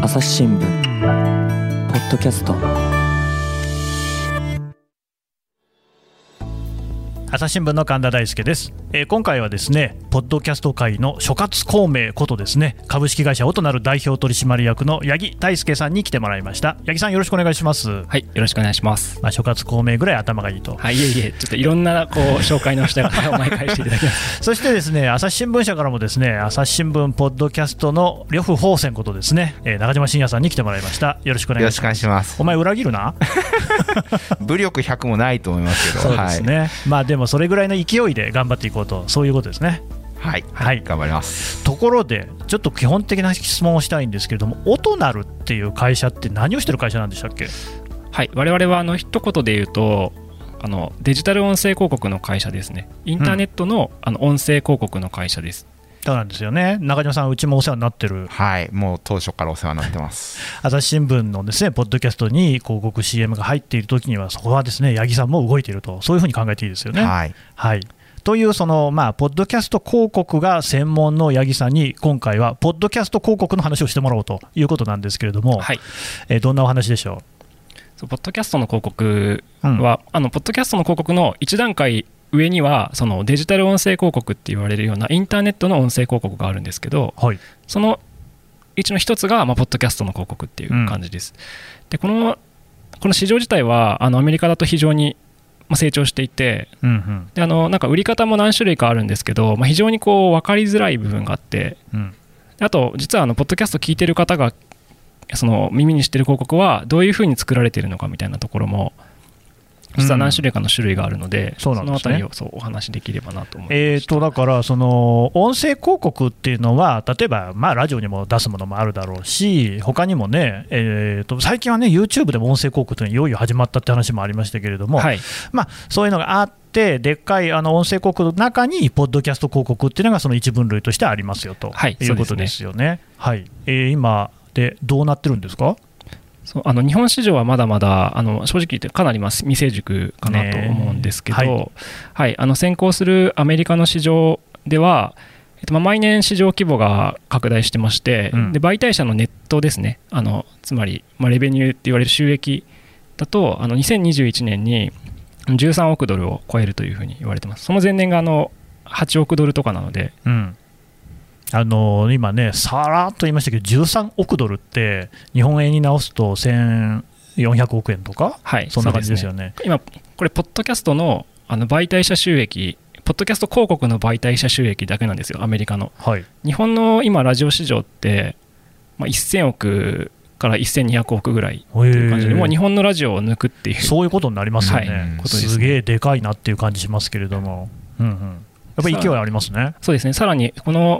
朝日新聞ポッドキャスト。 朝日新聞の神田大輔です。今回はですね、ポッドキャスト界の諸葛孔明ことですね、株式会社オトナル代表取締役の八木大輔さんに来てもらいました。八木さん、よろしくお願いします。 はい、よろしくお願いします。 諸葛孔明ぐらい頭がいいと。 はい、いえいえ、ちょっといろんな紹介の仕方を毎回していただきますそしてですね、朝日新聞社からもですね、朝日新聞ポッドキャストの呂布宝泉ことですね、中島信也さんに来てもらいました。よろしくお願いします。 よろしくお願いします。 お前裏切るな武力100もないと思いますけど。 そうですね、はい、でもそれぐらいの勢いで頑張っていこうと、そういうことですね。 はい、 はい、 頑張ります。 ところでちょっと基本的な質問をしたいんですけれども、オトナルっていう会社って何をしてる会社なんでしたっけ？ はい、我々は一言で言うとデジタル音声広告の会社ですね。インターネットの、音声広告の会社です。 そうなんですよね。中島さん、うちもお世話になってる。 はい、もう当初からお世話になってます朝日新聞のですね、ポッドキャストに広告 CM が入っているときには、そこはですね、八木さんも動いていると、そういうふうに考えていいですよね。 はい、 はい、というポッドキャスト広告が専門の八木さんに今回はポッドキャスト広告の話をしてもらおうということなんですけれども、はい、どんなお話でしょう？ ポッドキャストの広告は、ポッドキャストの広告の1段階上にはそのデジタル音声広告って言われるようなインターネットの音声広告があるんですけど、はい、そのうちの一つが、ポッドキャストの広告っていう感じです。でこの市場自体はアメリカだと非常に成長していて、でなんか売り方も何種類かあるんですけど、非常に分かりづらい部分があって、であと実はポッドキャスト聞いてる方がその耳にしてる広告はどういうふうに作られているのかみたいなところも実は何種類かの種類があるので、そのあたりをお話しできればなと思いました。 だからその音声広告っていうのは、例えばラジオにも出すものもあるだろうし、他にもね、最近はね YouTube でも音声広告というのがいよいよ始まったって話もありましたけれども、はい、そういうのがあって、でっかい音声広告の中にポッドキャスト広告っていうのがその一分類としてありますよと、いうことですよね。はい、今でどうなってるんですか？ 日本市場はまだまだ正直言ってかなり未成熟かなと思うんですけど、はい、先行するアメリカの市場では、毎年市場規模が拡大してまして、で媒体者のネットですね、つまり、レベニューって言われる収益だと2021年に13億ドルを超えるというふうに言われてます。その前年が8億ドルとかなので、 今ね、さらっと言いましたけど、13億ドルって日本円に直すと1400億円とか、はい、そんな感じですよね。 今これポッドキャストの媒体者収益、ポッドキャスト広告の媒体者収益だけなんですよ、アメリカの。はい、日本の今ラジオ市場って、1000億から1200億ぐらいという感じで、もう日本のラジオを抜くっていう、 そういうことになりますよね。すげえでかいなっていう感じしますけれども、やっぱり勢いありますね。 そうですね。さらに今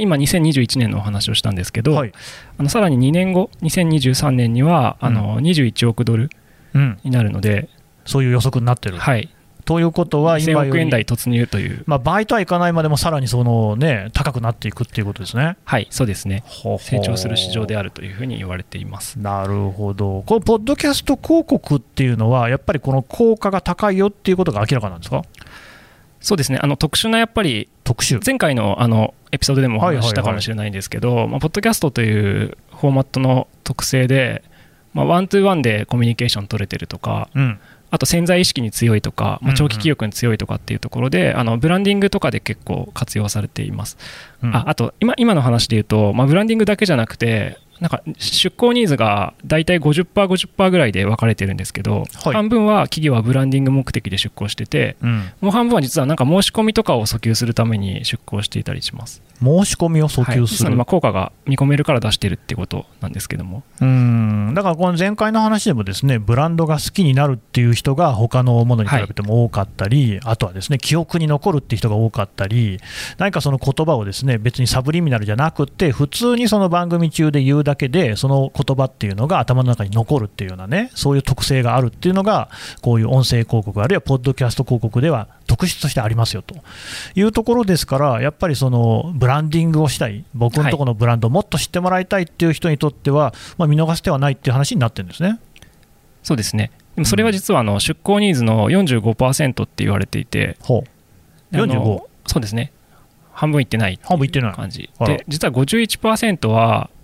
2021年のお話をしたんですけど、はい、さらに2年後2023年には21億ドルになるので、 そういう予測になってる。はい、ということは今 1000億円台突入という、 倍とはいかないまでもさらに高くなっていくっていうことですね。 はい、そうですね。成長する市場であるというふうに言われています。 なるほど。このポッドキャスト広告っていうのはやっぱりこの効果が高いよっていうことが明らかなんですか？ そうですね。特殊なやっぱり前回のエピソードでもお話したかもしれないんですけど、ポッドキャストというフォーマットの特性で、ワントゥーワンでコミュニケーション取れてるとか、あと潜在意識に強いとか、長期記憶に強いとかっていうところで、ブランディングとかで結構活用されています。あと今の話でいうと、ブランディングだけじゃなくて、なんか出向ニーズがだいたい 50% ぐらいで分かれてるんですけど、半分は企業はブランディング目的で出向してて、もう半分は実はなんか申し込みとかを訴求するために出向していたりします。 申し込みを訴求する、 効果が見込めるから出してるってことなんですけども、 だからこの前回の話でもですね、ブランドが好きになるっていう人が他のものに比べても多かったり、あとはですね記憶に残るっていう人が多かったり、何かその言葉をですね別にサブリミナルじゃなくて普通にその番組中で言うだけでその言葉っていうのが頭の中に残るっていうようなね、そういう特性があるっていうのがこういう音声広告あるいはポッドキャスト広告では特質としてありますよというところですから、やっぱりそのブランディングをしたい、僕のところのブランドをもっと知ってもらいたいっていう人にとっては、見逃してはないっていう話になってるんですね。 そうですね。でもそれは実は出向ニーズの 45% って言われていて、45？そうですね。半分いってないっていう感じで、実は 51% は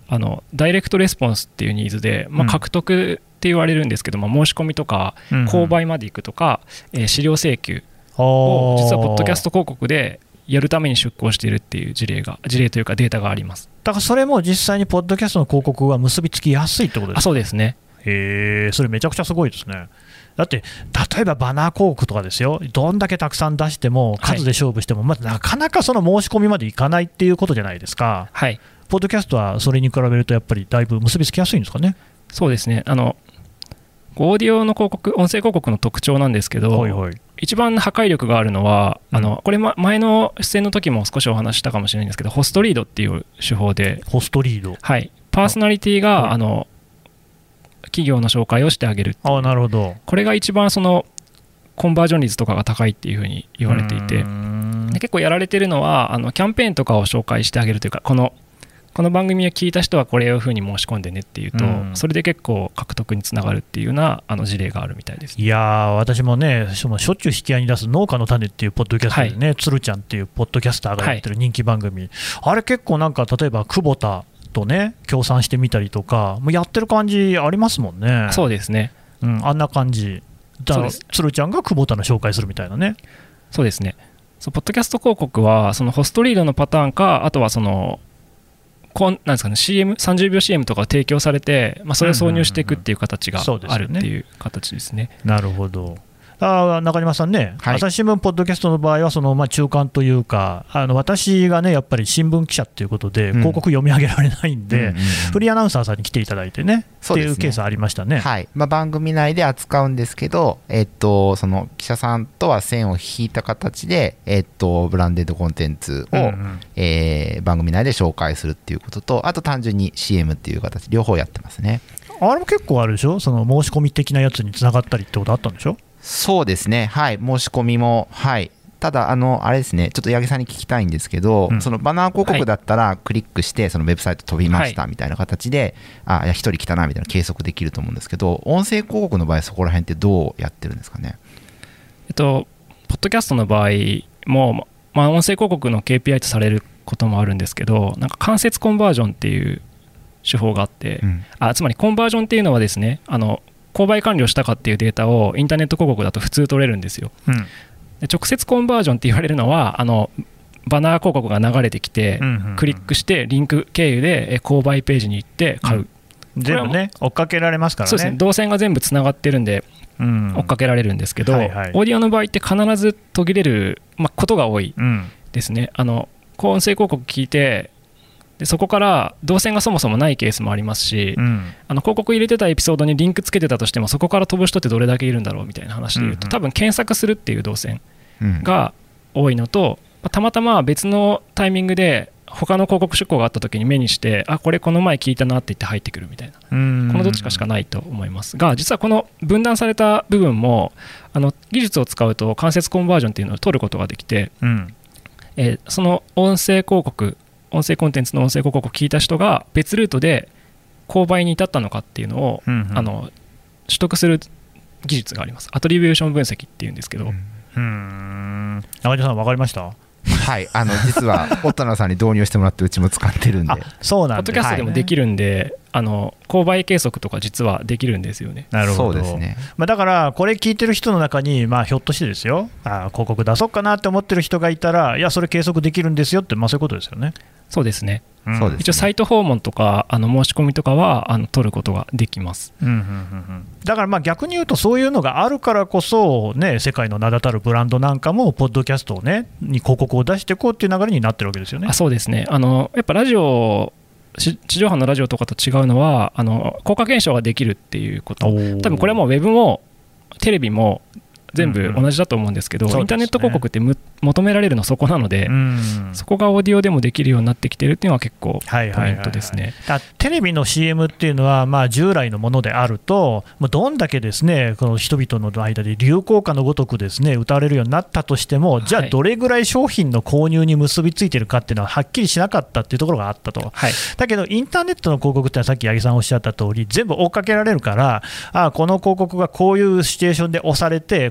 ダイレクトレスポンスっていうニーズで、獲得って言われるんですけど、申し込みとか購買まで行くとか、資料請求を実はポッドキャスト広告でやるために出稿しているっていう事例というかデータがあります。 だからそれも実際にポッドキャストの広告は結びつきやすいってことですか？ そうですね。 それめちゃくちゃすごいですね。だって例えばバナー広告とかですよ、どんだけたくさん出しても数で勝負しても、なかなかその申し込みまでいかないっていうことじゃないですか。 はい、 ポッドキャストはそれに比べるとやっぱりだいぶ結びつきやすいんですかね。 そうですね。オーディオの広告、音声広告の特徴なんですけど、一番破壊力があるのは、これ前の出演の時も少しお話したかもしれないんですけど、ホストリードっていう手法で、 ホストリード、 はい、パーソナリティが企業の紹介をしてあげるっていう。 なるほど。これが一番そのコンバージョン率とかが高いっていうふうに言われていて、で結構やられてるのはキャンペーンとかを紹介してあげるというか、この番組を聞いた人はこれをいうふうに申し込んでねっていうと、それで結構獲得につながるっていうような事例があるみたいです。 いやー、私もね、しょっちゅう引き合いに出す農家の種っていうポッドキャストでね、つるちゃんっていうポッドキャスターがやってる人気番組、あれ結構なんか例えば久保田とね協賛してみたりとか、もうやってる感じありますもんね。 そうですね、 あんな感じつるちゃんが久保田の紹介するみたいなね。 そうですね。ポッドキャスト広告はそのホストリードのパターンか、あとはそのなんですかね、30秒 CM とか提供されて、それを挿入していくっていう形があるっていう形ですね。 なるほど。中島さんね、朝日新聞ポッドキャストの場合はその中間というか、私がねやっぱり新聞記者ということで広告読み上げられないんで、フリーアナウンサーさんに来ていただいてねっていうケースありましたね。 はい、番組内で扱うんですけど、その記者さんとは線を引いた形で、ブランデッドコンテンツを、番組内で紹介するっていうことと、あと単純に CM っていう形、両方やってますね。 あれも結構あるでしょ、その申し込み的なやつにつながったりってことあったんでしょ？ そうですね、はい、申し込みも、はい、ただあれですね、ちょっと八木さんに聞きたいんですけど、そのバナー広告だったらクリックしてそのウェブサイト飛びましたみたいな形で、1人来たなみたいな計測できると思うんですけど、音声広告の場合そこら辺ってどうやってるんですかね？ ポッドキャストの場合も、音声広告の KPI とされることもあるんですけど、なんか間接コンバージョンっていう手法があって、つまりコンバージョンっていうのはですね、購買完了したかっていうデータをインターネット広告だと普通取れるんですよ。で直接コンバージョンって言われるのはバナー広告が流れてきて、クリックしてリンク経由で購買ページに行って買う、 全部ね追っかけられますからね。 そうですね、動線が全部つながってるんで追っかけられるんですけど、オーディオの場合って必ず途切れる、ことが多いですね。音声広告聞いて、でそこから動線がそもそもないケースもありますし、広告入れてたエピソードにリンクつけてたとしても、そこから飛ぶ人ってどれだけいるんだろうみたいな話でいうと、多分検索するっていう動線が多いのと、たまたま別のタイミングで他の広告出稿があった時に目にして、これこの前聞いたなって言って入ってくるみたいな、このどっちかしかないと思いますが、実はこの分断された部分も技術を使うと間接コンバージョンっていうのを取ることができて、その音声コンテンツの音声広告を聞いた人が別ルートで購買に至ったのかっていうのを、取得する技術があります。アトリビューション分析っていうんですけど。 中島さん分かりました？ はい、実はオトナさんに導入してもらってうちも使ってるんで。 そうなんですね。 ポッドキャストでもできるんで、購買計測とか実はできるんですよね。 なるほど。 そうですね。 だからこれ聞いてる人の中に、ひょっとしてですよ、広告出そうかなって思ってる人がいたら、いやそれ計測できるんですよって、そういうことですよね。 そうですね。 そうですね。 一応サイト訪問とか申し込みとかは取ることができます。 だから逆に言うと、そういうのがあるからこそ、ね、世界の名だたるブランドなんかもポッドキャストを、ね、に広告を出していこうっていう流れになってるわけですよね。 そうですね。やっぱラジオ、地上波のラジオとかと違うのは効果検証ができるっていうこと。多分これはもうウェブもテレビも全部同じだと思うんですけど、インターネット広告って求められるのそこなので、そこがオーディオでもできるようになってきてるっていうのは結構ポイントですね。 テレビの CM っていうのは、従来のものであると、どんだけですねこの人々の間で流行歌のごとくですね歌われるようになったとしても、じゃあどれぐらい商品の購入に結びついてるかっていうのははっきりしなかったっていうところがあったと。だけどインターネットの広告ってのはさっき八木さんおっしゃった通り、全部追っかけられるから、この広告がこういうシチュエーションで押されて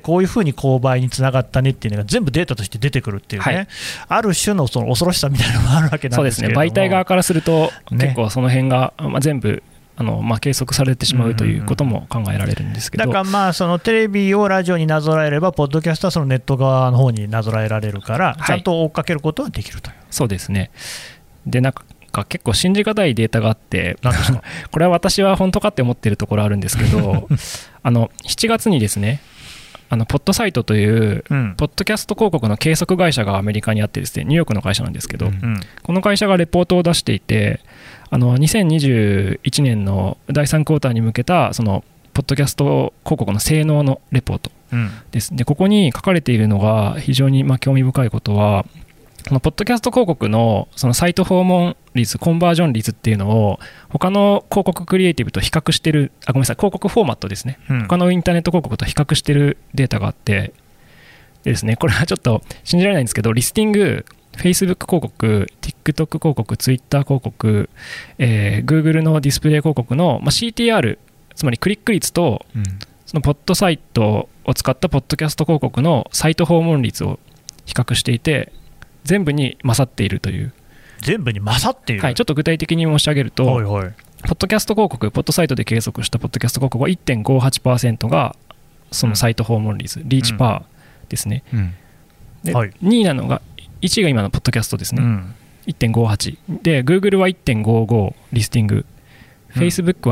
こういうふうに購買につながったねっていうのが全部データとして出てくるっていうね、ある種のその恐ろしさみたいなのがあるわけなんですけれども、 そうですね、媒体側からすると、結構その辺が、全部計測されてしまうということも考えられるんですけど、 だからそのテレビをラジオになぞらえれば、ポッドキャストはそのネット側の方になぞらえられるから、ちゃんと追っかけることはできるという、そうですね。でなんか結構信じがたいデータがあって、 何ですかこれは私は本当かって思ってるところあるんですけど7月にですね、ポッドサイトという、ポッドキャスト広告の計測会社がアメリカにあってですね、ニューヨークの会社なんですけど、この会社がレポートを出していて、2021年の第3クォーターに向けたそのポッドキャスト広告の性能のレポートです。でここに書かれているのが非常に興味深いことは、ポッドキャスト広告のそのサイト訪問率、コンバージョン率っていうのを他の広告クリエイティブと比較してる、ごめんなさい、広告フォーマットですね、他のインターネット広告と比較してるデータがあって、でですね、これはちょっと信じられないんですけど、リスティング、Facebook 広告、TikTok 広告、Twitter 広告、Google のディスプレイ広告の、CTR、つまりクリック率と、そのポッドサイトを使ったポッドキャスト広告のサイト訪問率を比較していて、全部に勝っているという。 全部に勝っている、 はい、ちょっと具体的に申し上げると、ポッドキャスト広告、ポッドサイトで計測したポッドキャスト広告は 1.58% がそのサイト訪問率、リーチパーですね。で2位なのが、1位が今のポッドキャストですね、1.58 で Google は 1.55 リスティング、Facebook は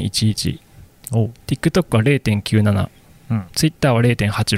1.11、TikTok は 0.97、Twitter は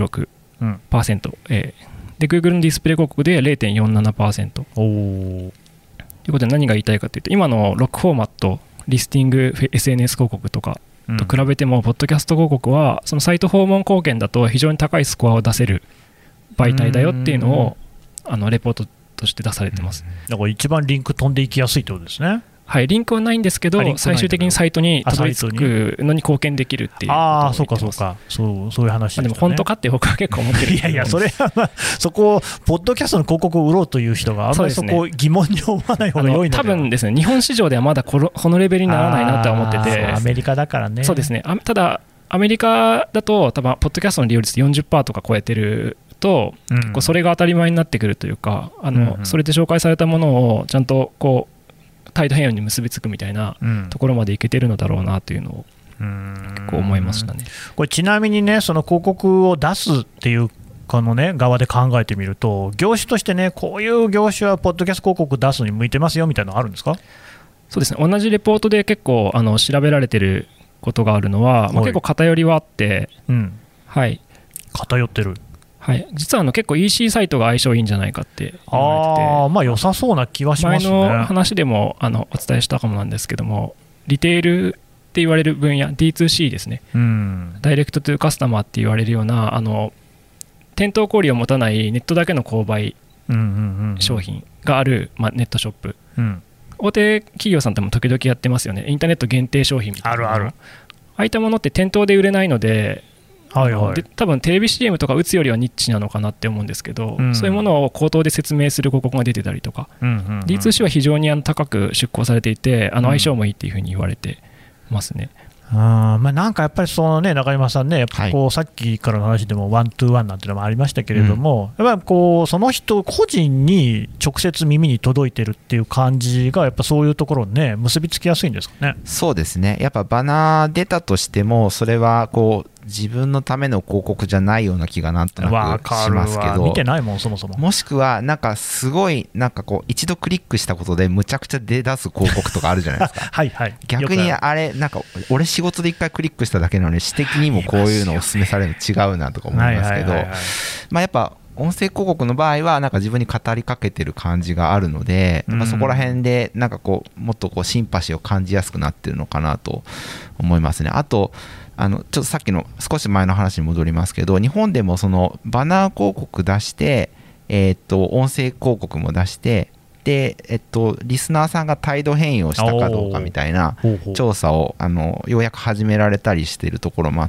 0.86%、で Google のディスプレイ広告で 0.47%。 ということで何が言いたいかというと、今の6フォーマット、リスティング、SNS 広告とかと比べても、ポッドキャスト広告はそのサイト訪問貢献だと非常に高いスコアを出せる媒体だよっていうのをレポートとして出されてます。 だから一番リンク飛んでいきやすいってことですね。 はい、リンクはないんですけど、最終的にサイトにたどり着くのに貢献できるっていうことを言ってます。 そういう話ですね。 でも本当かって僕は結構思ってる。 いやそれはそこをポッドキャストの広告を売ろうという人があんまりそこを疑問に思わない方が良いので、 多分ですね、日本市場ではまだこのレベルにならないなとは思ってて、 アメリカだからね。 そうですね。ただアメリカだと多分ポッドキャストの利用率 40% とか超えてると、結構それが当たり前になってくるというか、それで紹介されたものをちゃんとこう態度変容に結びつくみたいなところまでいけてるのだろうなというのを結構思いましたね。 これちなみにね、その広告を出すっていうこのね側で考えてみると、業種としてね、こういう業種はポッドキャスト広告出すのに向いてますよみたいなのあるんですか？ そうですね、同じレポートで結構調べられてることがあるのは、結構偏りはあって、はい、 偏ってる。 はい、実は結構 EC サイトが相性いいんじゃないかって言われてて、 良さそうな気はしますね。 前の話でもお伝えしたかもなんですけども、リテールって言われる分野、 D2C ですね、ダイレクトトゥカスタマーって言われるような店頭小売を持たないネットだけの購買商品がある、ネットショップ、大手企業さんとも時々やってますよね。インターネット限定商品みたいな、ああいったものって店頭で売れないので、で多分テレビ CM とか打つよりはニッチなのかなって思うんですけど、そういうものを口頭で説明する広告が出てたりとか、D2C は非常に高く出稿されていて、相性もいいっていうふうに言われてますね。 なんかやっぱりそのね、中島さんね、やっぱこうさっきからの話でもワントゥーワンなんていうのもありましたけれども、やっぱりこうその人個人に直接耳に届いてるっていう感じが、やっぱそういうところにね結びつきやすいんですかね。 そうですね、やっぱバナー出たとしても、それはこう自分のための広告じゃないような気がなんとなくしますけど、 見てないもんそもそも。 もしくはなんかすごいなんかこう一度クリックしたことでむちゃくちゃ出だす広告とかあるじゃないですか。 はいはい。 逆にあれなんか俺仕事で一回クリックしただけなのに私的にもこういうのをお勧めされるの違うなとか思いますけど、やっぱ音声広告の場合はなんか自分に語りかけてる感じがあるので、そこら辺でなんかこうもっとこうシンパシーを感じやすくなってるのかなと思いますね。あとちょっとさっきの少し前の話に戻りますけど、日本でもそのバナー広告出して、音声広告も出して、で、リスナーさんが態度変容したかどうかみたいな調査をようやく始められたりしているところもあって、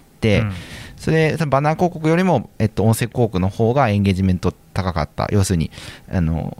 それバナー広告よりも、音声広告の方がエンゲージメント高かった。要するに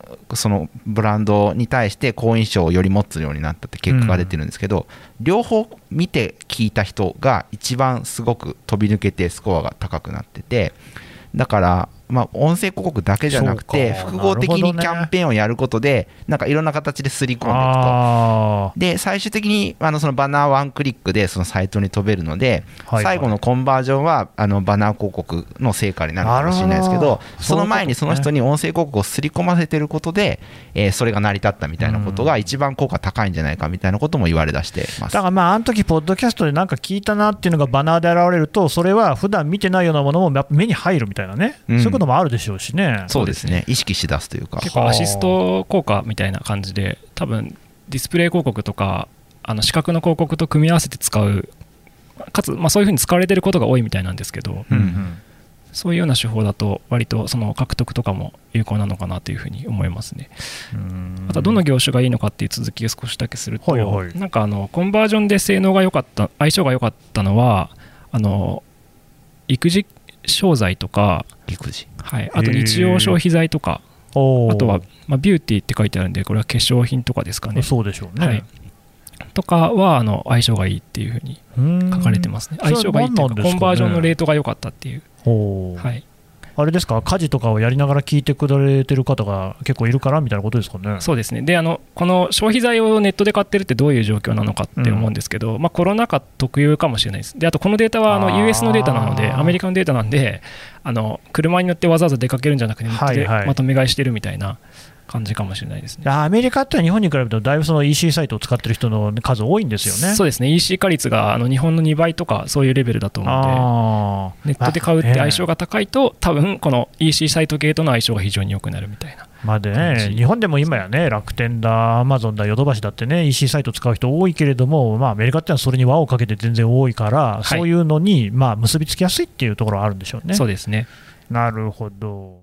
そのブランドに対して好印象をより持つようになったって結果が出てるんですけど、両方見て聞いた人が一番すごく飛び抜けてスコアが高くなってて、だから音声広告だけじゃなくて複合的にキャンペーンをやることでなんかいろんな形で刷り込んでいくと、で最終的にそのバナーワンクリックでそのサイトに飛べるので、最後のコンバージョンはバナー広告の成果になるかもしれないですけど、その前にその人に音声広告を刷り込ませてることでそれが成り立ったみたいなことが一番効果高いんじゃないかみたいなことも言われだしてます。 だからあの時ポッドキャストでなんか聞いたなっていうのがバナーで現れると、それは普段見てないようなものも目に入るみたいなね、そういうこともあるでしょうしね。 そうですね、意識しだすというか、 結構アシスト効果みたいな感じで、多分ディスプレイ広告とか視覚の広告と組み合わせて使う、かつ、そういうふうに使われてることが多いみたいなんですけど、そういうような手法だと割とその獲得とかも有効なのかなというふうに思いますね。またどの業種がいいのかっていう続きを少しだけすると、なんかコンバージョンで性能が良かった、相性が良かったのは育児商材とか、あと日用消費財とか、あとはビューティーって書いてあるんで、これは化粧品とかですかね。 そうでしょうね。 とかは相性がいいっていうふうに書かれてますね。相性がいいっていうか、コンバージョンのレートが良かったっていう。 あれですか、家事とかをやりながら聞いてくれてる方が結構いるからみたいなことですかね。 そうですね。でこの消費財をネットで買ってるってどういう状況なのかって思うんですけど、コロナ禍特有かもしれないです。であとこのデータはUS のデータなので、アメリカのデータなんで、車に乗ってわざわざ出かけるんじゃなくてネットでまとめ買いしてるみたいな感じかもしれないですね。 アメリカって日本に比べるとだいぶその EC サイトを使ってる人の数多いんですよね。 そうですね。 EC 化率が日本の2倍とかそういうレベルだと思うので、ネットで買うって相性が高いと、多分この EC サイト系との相性が非常に良くなるみたいな。 日本でも今やね、楽天だ、アマゾンだ、ヨドバシだってね、EC サイト使う人多いけれども、アメリカってのはそれに輪をかけて全然多いから、そういうのに結びつきやすいっていうところはあるんでしょうね。 そうですね。 なるほど。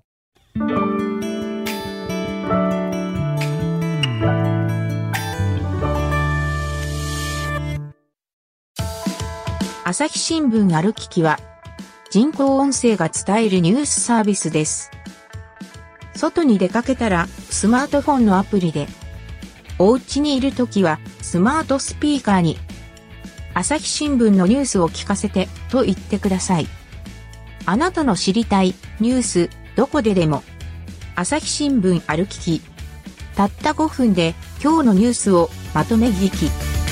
朝日新聞ある聞きは人工音声が伝えるニュースサービスです。外に出かけたらスマートフォンのアプリで、お家にいるときはスマートスピーカーに朝日新聞のニュースを聞かせてと言ってください。あなたの知りたいニュースどこででも朝日新聞ある聞き。たった5分で今日のニュースをまとめ聞き。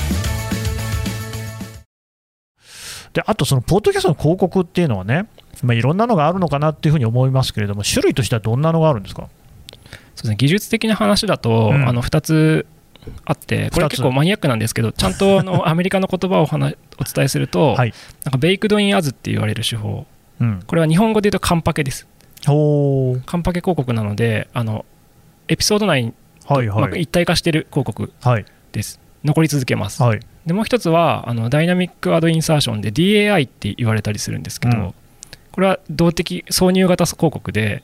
であとそのポッドキャストの広告っていうのはね、いろんなのがあるのかなっていうふうに思いますけれども、種類としてはどんなのがあるんですか。 そうですね、技術的な話だと、2つあって、これ結構マニアックなんですけど、ちゃんとアメリカの言葉をお伝えすると、なんかベイクドインアズって言われる手法、これは日本語で言うとカンパケです。カンパケ広告なので、エピソード内と一体化している広告です。残り続けます。でもう一つはダイナミックアドインサーションで DAI って言われたりするんですけど、これは動的挿入型広告で、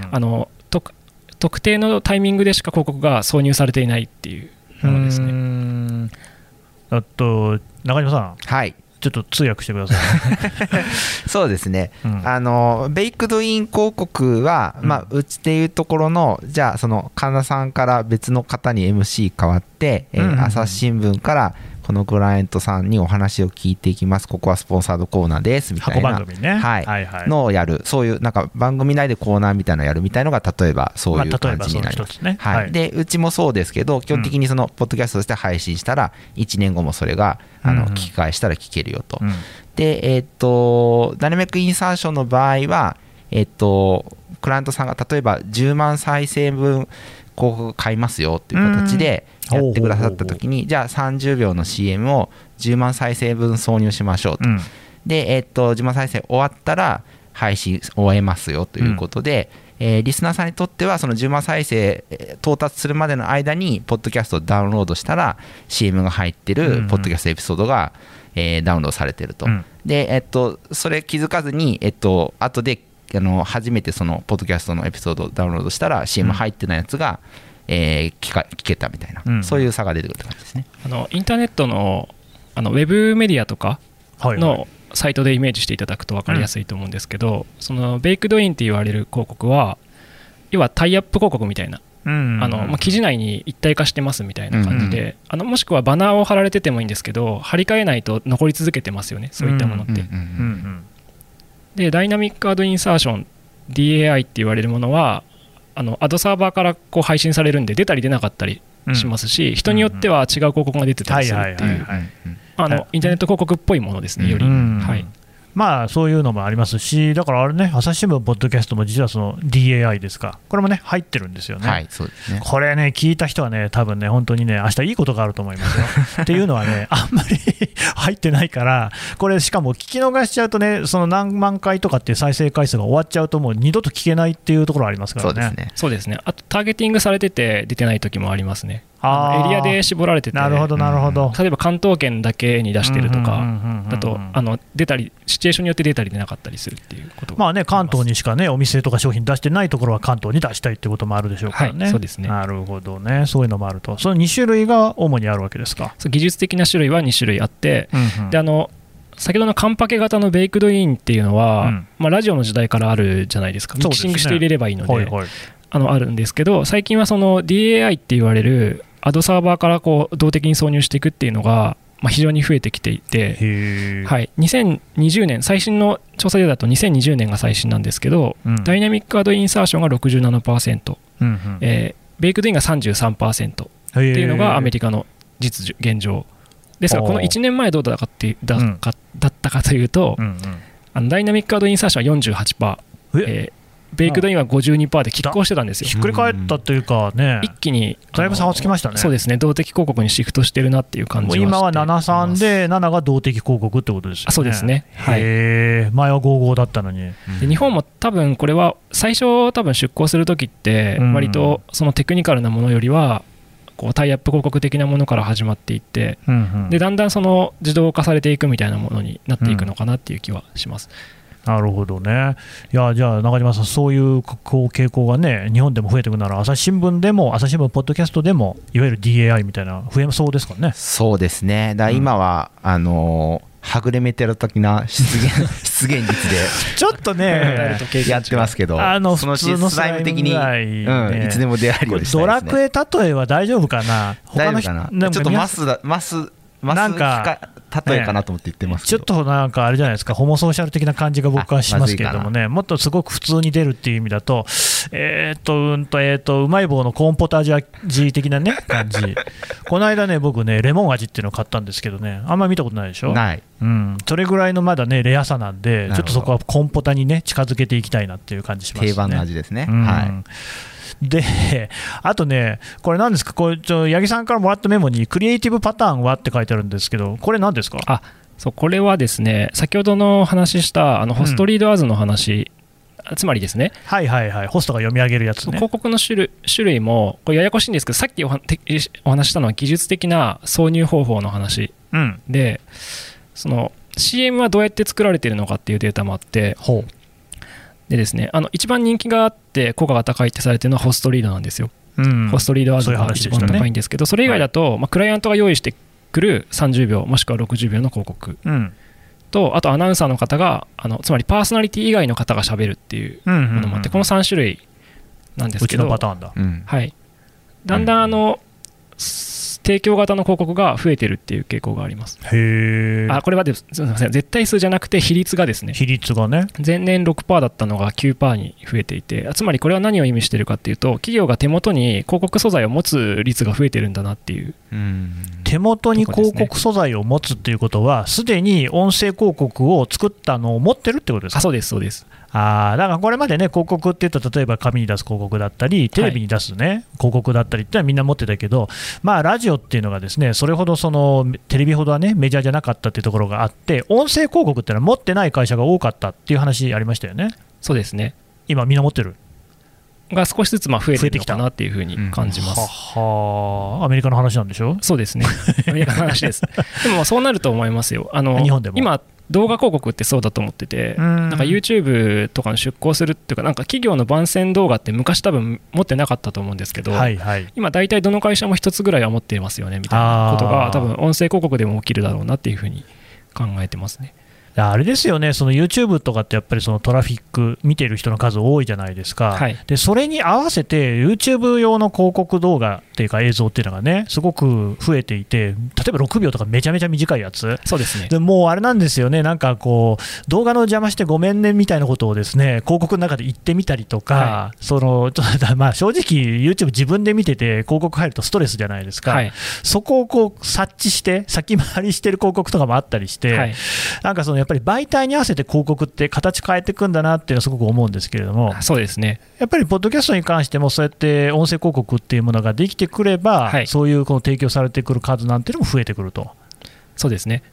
特定のタイミングでしか広告が挿入されていないっていうものですね。 中島さん、ちょっと通訳してください。 そうですね、ベイクドイン広告は、うちでいうところの、じゃあその神田さんから別の方に MC 変わって、朝日新聞からこのクライアントさんにお話を聞いていきます、ここはスポンサードコーナーですみたいな箱番組ね、 のをやる、そういうなんか番組内でコーナーみたいなのをやるみたいなのが例えばそういう感じになります。でうちもそうですけど、基本的にそのポッドキャストとして配信したら1年後もそれが聞き返したら聞けるよと。でダイナミックインサーションの場合はクライアントさんが例えば10万再生分広告買いますよっていう形でやってくださった時に、じゃあ30秒の CM を10万再生分挿入しましょうと。で10万再生終わったら配信終えますよということで、リスナーさんにとってはその10万再生到達するまでの間にポッドキャストをダウンロードしたら CM が入ってるポッドキャストエピソードがダウンロードされてると。でそれ気づかずに後で初めてそのポッドキャストのエピソードをダウンロードしたら CM 入ってないやつが聞けたみたいな、そういう差が出てくるって感じですね。 インターネットのウェブメディアとかのサイトでイメージしていただくと分かりやすいと思うんですけど、そのベイクドインって言われる広告は要はタイアップ広告みたいな記事内に一体化してますみたいな感じで、もしくはバナーを貼られててもいいんですけど、貼り替えないと残り続けてますよね、そういったものって。でダイナミックアドインサーション DAI って言われるものはアドサーバーからこう配信されるんで出たり出なかったりしますし、人によっては違う広告が出てたりするっていうインターネット広告っぽいものですね、より。 まあそういうのもありますし、だからあれね、朝日新聞ポッドキャストも実はその DAI ですか、これもね入ってるんですよね。 はい、そうですね。 これね聞いた人はね多分ね本当にね明日いいことがあると思いますよっていうのはねあんまり入ってないから、これしかも聞き逃しちゃうとね、その何万回とかっていう再生回数が終わっちゃうともう二度と聞けないっていうところありますからね。 そうですね。あとターゲティングされてて出てない時もありますね。エリアで絞られてて、 なるほどなるほど。 例えば関東圏だけに出してるとかだと出たりシチュエーションによって出たり出なかったりするっていうことがまあね、関東にしかねお店とか商品出してないところは関東に出したいってこともあるでしょうからね。 そうですね。 なるほどね。そういうのもあると、その2種類が主にあるわけですか。 技術的な種類は2種類あって、で先ほどのカンパケ型のベイクドインっていうのは、ラジオの時代からあるじゃないですか。ミキシングして入れればいいので、あるんですけど、最近はその DAI って言われるアドサーバーからこう動的に挿入していくっていうのが非常に増えてきていて、2020年最新の調査データだと2020年が最新なんですけど、ダイナミックアドインサーションが 67%、ベイクドインが 33% っていうのがアメリカの現状ですが、この1年前どうだったかというと、ダイナミックアドインサーションは 48%、ベイクドインは 52% で拮抗してたんですよ。 ひっくり返ったというかね、 一気にだいぶ差がつきましたね。 そうですね、動的広告にシフトしてるなっていう感じはして今は 7:3 で7が動的広告ってことですよね。 そうですね、 前は55だったのに。 で日本も多分これは最初多分出向するときって割とそのテクニカルなものよりはこうタイアップ広告的なものから始まっていって、でだんだんその自動化されていくみたいなものになっていくのかなっていう気はします。 なるほどね。いやじゃあ中島さん、そういうこう傾向がね日本でも増えていくなら、朝日新聞でも朝日新聞ポッドキャストでもいわゆる DAI みたいな増えそうですかね。 そうですね。だ今は、はぐれメテロ的な出現率でちょっとねやってますけど、そのうちスライム的に、いつでも出会えるようにしたいですね。 ドラクエ例えは大丈夫かな。 大丈夫かな。ちょっとマスなんか例えかなと思って言ってますけど、 ちょっとなんかあれじゃないですか、ホモソーシャル的な感じが僕はしますけれどもね、もっとすごく普通に出るっていう意味だと、うまい棒のコーンポタージュ的なね感じ。この間ね僕ねレモン味っていうのを買ったんですけどね、あんまり見たことないでしょ。 ない。 それぐらいのまだねレアさなんで、ちょっとそこはコーンポタにね近づけていきたいなっていう感じしますね。 定番の味ですね。はい。 であとね、これ何ですか、これ八木さんからもらったメモにクリエイティブパターンはって書いてあるんですけど、これ何ですか。 そう、これはですね、先ほどの話したホストリードアズの話、つまりですね、 ホストが読み上げるやつね。 広告の種類もこれややこしいんですけど、さっきお話したのは技術的な挿入方法の話、でその CM はどうやって作られているのかっていうデータもあって、でですね、一番人気があって効果が高いってされているのはホストリードなんですよ。ホストリードアズが一番高いんですけど、それ以外だと、クライアントが用意してくる30秒もしくは60秒の広告と、あとアナウンサーの方がつまりパーソナリティ以外の方がしゃべるっていうものもあって、この3種類なんですけど、 うちのパターンだ。 だんだん提供型の広告が増えてるっていう傾向があります。これはすみません、絶対数じゃなくて比率がですね、前年 6% だったのが 9% に増えていて、つまりこれは何を意味しているかっていうと、企業が手元に広告素材を持つ率が増えてるんだなっていう。 手元に広告素材を持つっていうことは、すでに音声広告を作ったのを持ってるってことですか。 そうですそうです。 だからこれまでね、広告っていうと、例えば紙に出す広告だったりテレビに出すね、広告だったりってのはみんな持ってたけど、ラジオっていうのがですね、それほどテレビほどはねメジャーじゃなかったっていうところがあって、音声広告っていうのは持ってない会社が多かったっていう話ありましたよね。 そうですね。 今みんな持ってるが少しずつ増えてきたなっていうふうに感じます。 アメリカの話なんでしょ。 そうですね、アメリカの話です。でもそうなると思いますよ。 日本でも今動画広告ってそうだと思ってて、なんか YouTube とかの出稿するっていうか、なんか企業の番宣動画って昔多分持ってなかったと思うんですけど、今大体どの会社も一つぐらいは持っていますよねみたいなことが多分音声広告でも起きるだろうなっていうふうに考えてますね。 あれですよね、その YouTube とかってやっぱりそのトラフィック見てる人の数多いじゃないですか、でそれに合わせて YouTube 用の広告動画っていうか映像っていうのがねすごく増えていて、例えば6秒とかめちゃめちゃ短いやつ、 そうですね、 でもうあれなんですよね、なんかこう動画の邪魔してごめんねみたいなことをですね広告の中で言ってみたりとか、そのちょっとまあ正直 YouTube 自分で見てて広告入るとストレスじゃないですか、そこをこう察知して先回りしてる広告とかもあったりして、なんかそのやっぱり媒体に合わせて広告って形変えていくんだなっていうのはすごく思うんですけれども、 そうですね、 やっぱりポッドキャストに関してもそうやって音声広告っていうものができてくれば、そういうこの提供されてくる数なんていうのも増えてくると。 そうですね、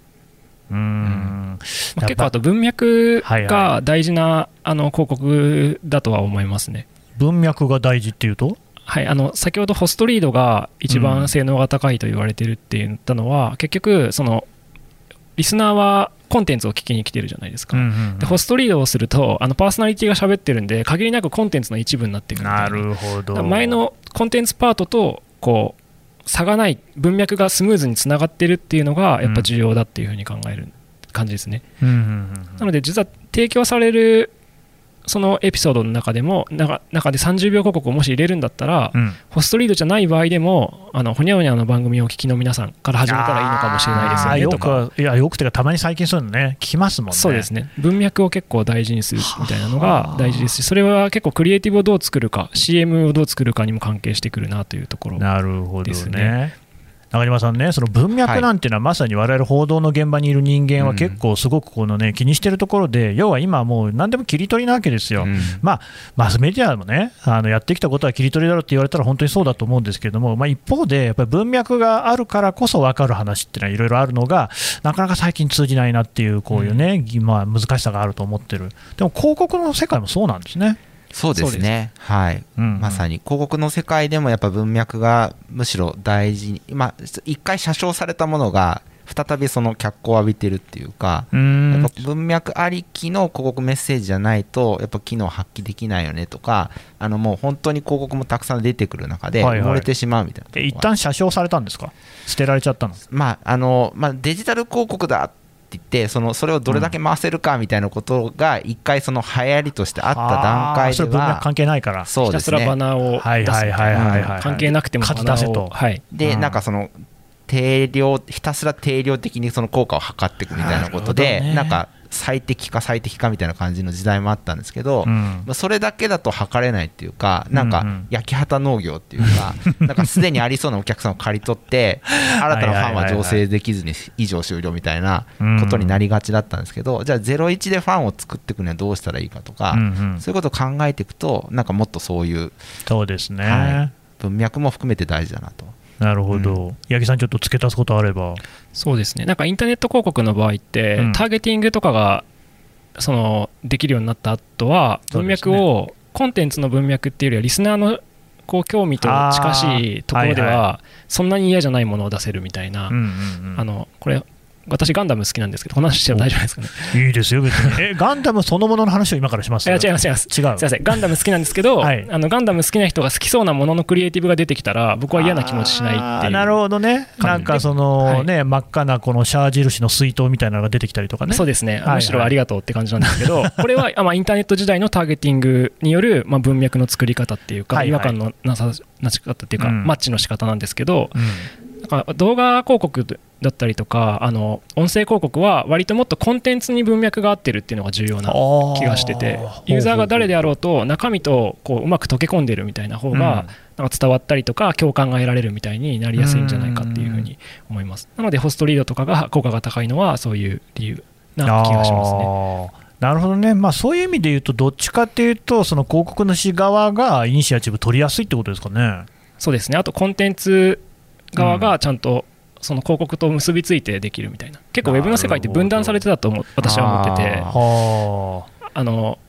結構あと文脈が大事な広告だとは思いますね。 文脈が大事っていうと、 先ほどホストリードが一番性能が高いと言われてるって言ったのは、結局そのリスナーはコンテンツを聞きに来てるじゃないですか、でホストリードをするとパーソナリティが喋ってるんで限りなくコンテンツの一部になってくるみたいな。 なるほど。 前のコンテンツパートとこう差がない文脈がスムーズにつながってるっていうのがやっぱ重要だっていうふうに考える感じですね。なので実は提供されるそのエピソードの中でも中で30秒広告をもし入れるんだったら、ホストリードじゃない場合でもほにゃほにゃの番組をお聞きの皆さんから始めたらいいのかもしれないですよねとか。 よくてかたまに最近そういうのね聞きますもんね。 そうですね、文脈を結構大事にするみたいなのが大事ですし、それは結構クリエイティブをどう作るか CM をどう作るかにも関係してくるなというところですね。 なるほどね。中島さんね、その文脈なんていうのはまさに我々報道の現場にいる人間は結構すごくこの、ね、気にしているところで、要は今もう何でも切り取りなわけですよ、マスメディアもねやってきたことは切り取りだろうって言われたら本当にそうだと思うんですけれども、一方でやっぱり文脈があるからこそ分かる話っていうのはいろいろあるのがなかなか最近通じないなっていうこういうね、難しさがあると思ってる。でも広告の世界もそうなんですね。 そうですね、まさに広告の世界でもやっぱ文脈がむしろ大事に、一回写生されたものが再びその脚光を浴びてるっていうか、やっぱ文脈ありきの広告メッセージじゃないとやっぱ機能発揮できないよねとか、もう本当に広告もたくさん出てくる中で埋もれてしまうみたいな、 一旦写生されたんですか、捨てられちゃったの。 デジタル広告だって言ってそれをどれだけ回せるかみたいなことが一回その流行りとしてあった段階では、 それ文脈関係ないから、 ひたすらバナーを出すみたいな、関係なくてもバナーをでなんかそのひたすら定量的にその効果を測っていくみたいなことで、なんか最適かみたいな感じの時代もあったんですけど、それだけだと測れないっていうか、なんか焼き畑農業っていうか、なんかすでにありそうなお客さんを刈り取って新たなファンは醸成できずに以上終了みたいなことになりがちだったんですけど、じゃあ01でファンを作っていくにはどうしたらいいかとか、そういうことを考えていくとなんかもっとそういう、 そうですね、 文脈も含めて大事だなと。 なるほど、八木さんちょっと付け足すことあれば。 そうですね、なんかインターネット広告の場合って、ターゲティングとかができるようになった後は文脈を、コンテンツの文脈っていうよりはリスナーのこう興味と近しいところではそんなに嫌じゃないものを出せるみたいな、これ私ガンダム好きなんですけど、この話しても大丈夫ですかね。 いいですよ別に。ガンダムそのものの話を今からします。 違います。すいません、ガンダム好きなんですけど、ガンダム好きな人が好きそうなもののクリエイティブが出てきたら僕は嫌な気持ちしないっていう。 なるほどね。なんかそのね、真っ赤なこのシャー印の水筒みたいなのが出てきたりとかね。 そうですね、むしろありがとうって感じなんですけど、これはインターネット時代のターゲティングによる文脈の作り方っていうか、違和感のなさなし方っていうか、マッチの仕方なんですけど、なんか動画広告だったりとか音声広告は割ともっとコンテンツに文脈が合ってるっていうのが重要な気がしてて、ユーザーが誰であろうと中身とこううまく溶け込んでるみたいな方がなんか伝わったりとか共感が得られるみたいになりやすいんじゃないかっていうふうに思います。なのでホストリードとかが効果が高いのはそういう理由な気がしますね。 なるほどね、そういう意味で言うとどっちかっていうとその広告主側がイニシアチブ取りやすいってことですかね。 そうですね、あとコンテンツ側がちゃんとその広告と結びついてできるみたいな、結構ウェブの世界って分断されてたと私は思ってて、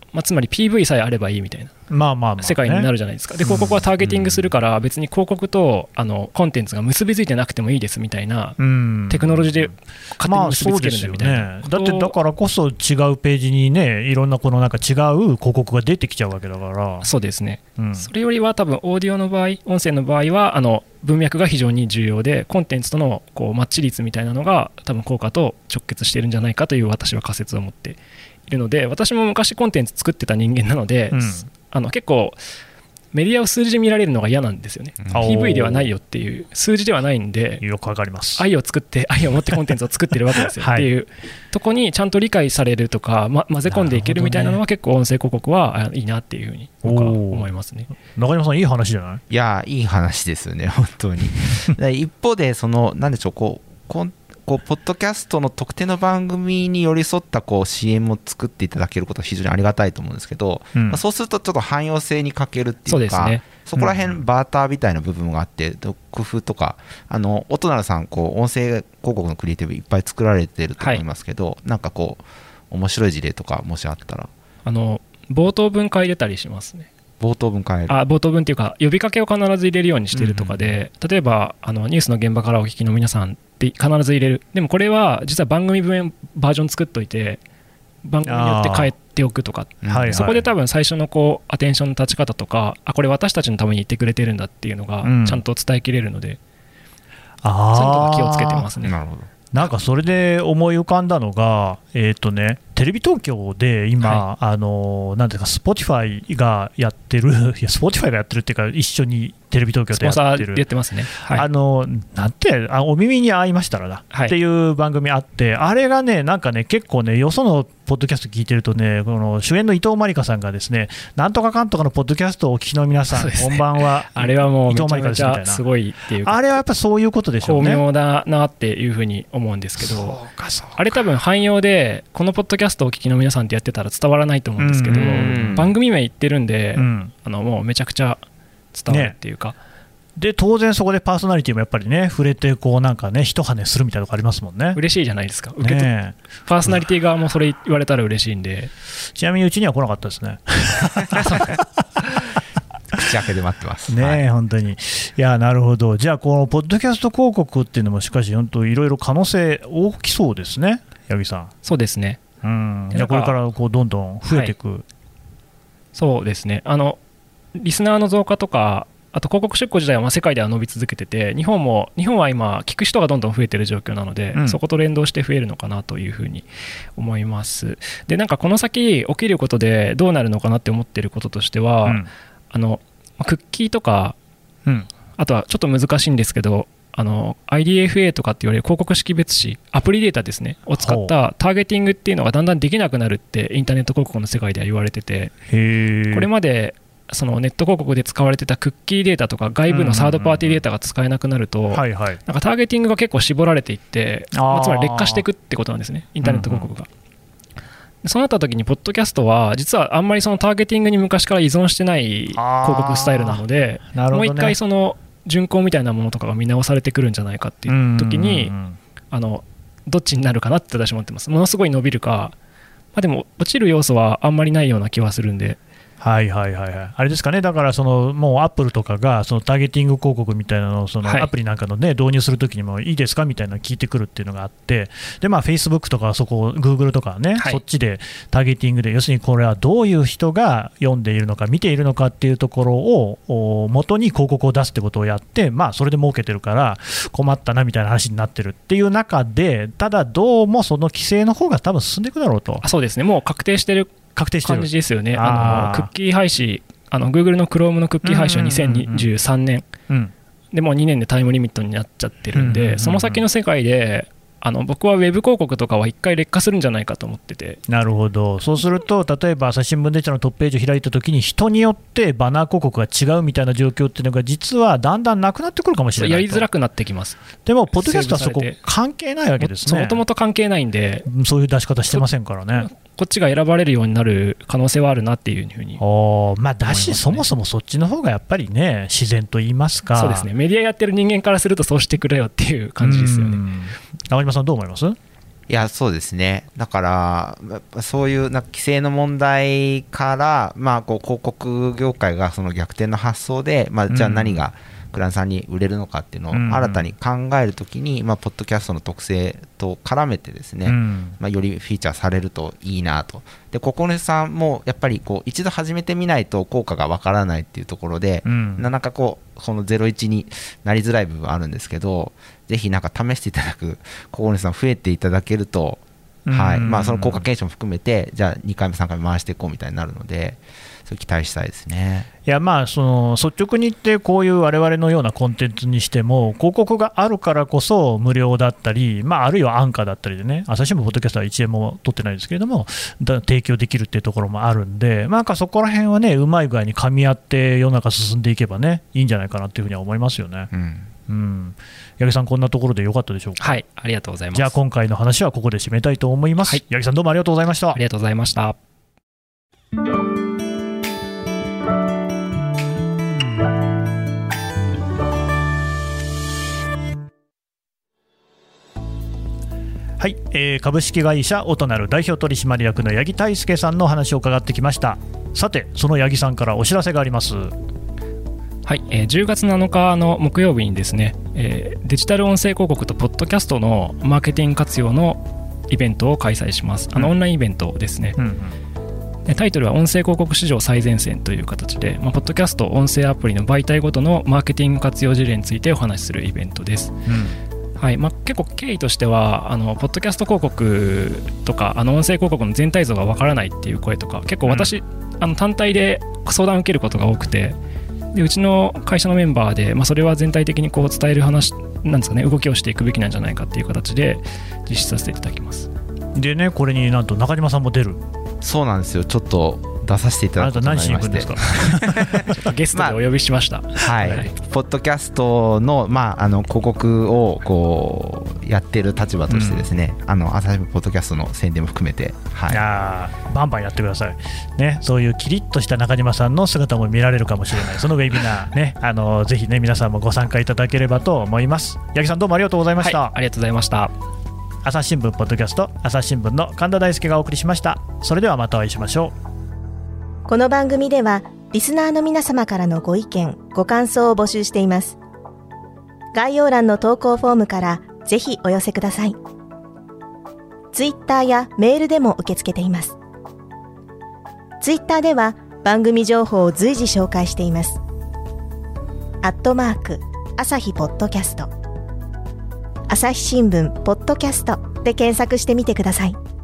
つまり PV さえあればいいみたいな世界になるじゃないですか。で広告はターゲティングするから別に広告とコンテンツが結びついてなくてもいいですみたいなテクノロジーで勝手に結びつけるんだみたいな、 だってだからこそ違うページにねいろんなこのなんか違う広告が出てきちゃうわけだから。 そうですね、それよりは多分オーディオの場合音声の場合は文脈が非常に重要でコンテンツとのこうマッチ率みたいなのが多分効果と直結しているんじゃないかという私は仮説を持っているので、私も昔コンテンツ作ってた人間なので、結構メディアを数字で見られるのが嫌なんですよね、PV ではないよっていう数字ではないんで、 よくわかります。 愛を持ってコンテンツを作ってるわけですよ、っていうとこにちゃんと理解されるとか、混ぜ込んでいけるみたいなのは結構音声広告はいいなっていうふうに僕は思いますね。 中島さんいい話じゃない？ いやいい話ですよね本当に一方でなんでしょうこうポッドキャストの特定の番組に寄り添ったCM を作っていただけることは非常にありがたいと思うんですけど、そうするとちょっと汎用性に欠けるっていうか、そこら辺バーターみたいな部分があって工夫とか音成さん音声広告のクリエイティブいっぱい作られてると思いますけど、なんか面白い事例とかもしあったら。 冒頭文変えたりしますね。 冒頭文変える。 冒頭文っていうか呼びかけを必ず入れるようにしてるとかで、例えばニュースの現場からお聞きの皆さんって必ず入れる。でもこれは実は番組分バージョン作っといて番組によって変えておくとか、そこで多分最初のアテンションの立ち方とかこれ私たちのために言ってくれてるんだっていうのがちゃんと伝えきれるので、そういうのが気をつけてますね。 なるほど。 なんかそれで思い浮かんだのが、テレビ東京で今、なんていうか、Spotify がやってる、Spotify がやってるっていうか、一緒にテレビ東京でやってる、 スポンサーやってますね、 なんてお耳に合いましたらだ、っていう番組あって、あれがね、なんかね、結構ね、よそのポッドキャスト聞いてるとね、この主演の伊藤まりかさんがですね、なんとかかんとかのポッドキャストをお聞きの皆さん、こんばんは、 あれはもうめちゃめちゃすごいっていうか、 あれはやっぱそういうことでしょうね。 巧妙だなっていうふうに思うんですけど、あれ多分汎用でこのポッドキャストをお聞きの皆さんってやってたら伝わらないと思うんですけど、番組名言ってるんで、もうめちゃくちゃ伝わるっていうか、 で当然そこでパーソナリティもやっぱりね触れてなんかね一跳ねするみたいなとこありますもんね。 嬉しいじゃないですか。パーソナリティ側もそれ言われたら嬉しいんで。 ちなみにうちには来なかったですね。 口開けで待ってますね、本当に。いやなるほど。じゃあこのポッドキャスト広告っていうのもしかし本当いろいろ可能性大きそうですね、八木さん。 そうですね。 じゃあこれからどんどん増えていく、 そうですね。リスナーの増加とか、あと広告出稿自体は世界では伸び続けてて、日本は今聞く人がどんどん増えてる状況なので、そこと連動して増えるのかなというふうに思います。でなんかこの先起きることでどうなるのかなって思ってることとしては、クッキーとか、あとはちょっと難しいんですけどIDFA とかって言われる広告識別子アプリデータですねを使ったターゲティングっていうのがだんだんできなくなるってインターネット広告の世界では言われてて、これまでそのネット広告で使われてたクッキーデータとか外部のサードパーティーデータが使えなくなると、なんかターゲティングが結構絞られていって、つまり劣化していくってことなんですね、インターネット広告が。そうなった時にポッドキャストは実はあんまりそのターゲティングに昔から依存してない広告スタイルなので、もう一回その順行みたいなものとかが見直されてくるんじゃないかっていう時にどっちになるかなって私は思ってます。ものすごい伸びるか、でも落ちる要素はあんまりないような気はするんで。 あれですかね、だからもうアップルとかがそのターゲティング広告みたいなのをアプリなんかの、導入するときにもいいですかみたいなの聞いてくるっていうのがあって、でフェイスブックとかそこ、グーグルとかね、そっちでターゲティングで、要するにこれはどういう人が読んでいるのか、見ているのかっていうところを元に広告を出すってことをやって、それで儲けてるから困ったなみたいな話になってるっていう中で、ただどうもその規制の方が多分進んでいくだろうと。 そうですね、もう確定してる感じですよね。クッキー廃止、Google の Chrome のクッキー廃止は2023年、でもう2年でタイムリミットになっちゃってるんで、その先の世界で僕はウェブ広告とかは一回劣化するんじゃないかと思ってて。 なるほど。そうすると例えば朝日新聞デジタルのトップページを開いたときに人によってバナー広告が違うみたいな状況っていうのが実はだんだんなくなってくるかもしれないと。 やりづらくなってきます。 でもポッドキャストはそこ関係ないわけですね。 もともと関係ないんで、 そういう出し方してませんからね。 こっちが選ばれるようになる可能性はあるなっていうふうにだし、そもそもそっちの方がやっぱりね自然と言いますか。 そうですね、メディアやってる人間からするとそうしてくれよっていう感じですよね。 中島さんどう思います？ いやそうですね。だからそういうなんか規制の問題から、こう広告業界がその逆転の発想で、じゃあ何がクライアントさんに売れるのかっていうのを新たに考えるときに、ポッドキャストの特性と絡めてですね、よりフィーチャーされるといいなと。でココネさんもやっぱりこう一度始めてみないと効果がわからないっていうところで、なかなかこの01になりづらい部分あるんですけど、ぜひなんか試していただくココネさん増えていただけると、その効果検証も含めてじゃあ2回目3回目回していこうみたいになるので、それ期待したいですね。 いやその率直に言ってこういう我々のようなコンテンツにしても広告があるからこそ無料だったり、あるいは安価だったりでね、朝日新聞ポッドキャストは1円も取ってないですけれども提供できるっていうところもあるんで、そこら辺はねうまい具合に噛み合って世の中進んでいけばねいいんじゃないかなっていうふうには思いますよね。八木さん、こんなところでよかったでしょうか。 はい、ありがとうございます。 じゃあ今回の話はここで締めたいと思います。八木さん、どうもありがとうございました。 ありがとうございました。 はい、株式会社オトナル代表取締役の八木大輔さんの話を伺ってきました。さて、その八木さんからお知らせがあります。 はい、10月7日の木曜日にですね、デジタル音声広告とポッドキャストのマーケティング活用のイベントを開催します。オンラインイベントですね。タイトルは音声広告市場最前線という形で、ポッドキャスト音声アプリの媒体ごとのマーケティング活用事例についてお話しするイベントです。はい、結構経緯としてはポッドキャスト広告とか音声広告の全体像がわからないっていう声とか結構私、単体で相談を受けることが多くて、でうちの会社のメンバーで、それは全体的にこう伝える話なんですかね、動きをしていくべきなんじゃないかっていう形で実施させていただきます。 でね、これになんと中島さんも出る。 そうなんですよ。ちょっと出させていただくことになりまして、 あなた何しに行くんですか。 ゲストでお呼びしました。 ポッドキャストの、広告をこうやってる立場としてですね、朝日ポッドキャストの宣伝も含めて、 いやバンバンやってください、ね、そういうキリッとした中島さんの姿も見られるかもしれないそのウェビナーね、ぜひね皆さんもご参加いただければと思います。八木さん、どうもありがとうございました。 ありがとうございました。 朝日新聞ポッドキャスト、朝日新聞の神田大輔がお送りしました。それではまたお会いしましょう。この番組ではリスナーの皆様からのご意見ご感想を募集しています。概要欄の投稿フォームからぜひお寄せください。ツイッターやメールでも受け付けています。ツイッターでは番組情報を随時紹介しています。@朝日ポッドキャスト、朝日新聞ポッドキャストで検索してみてください。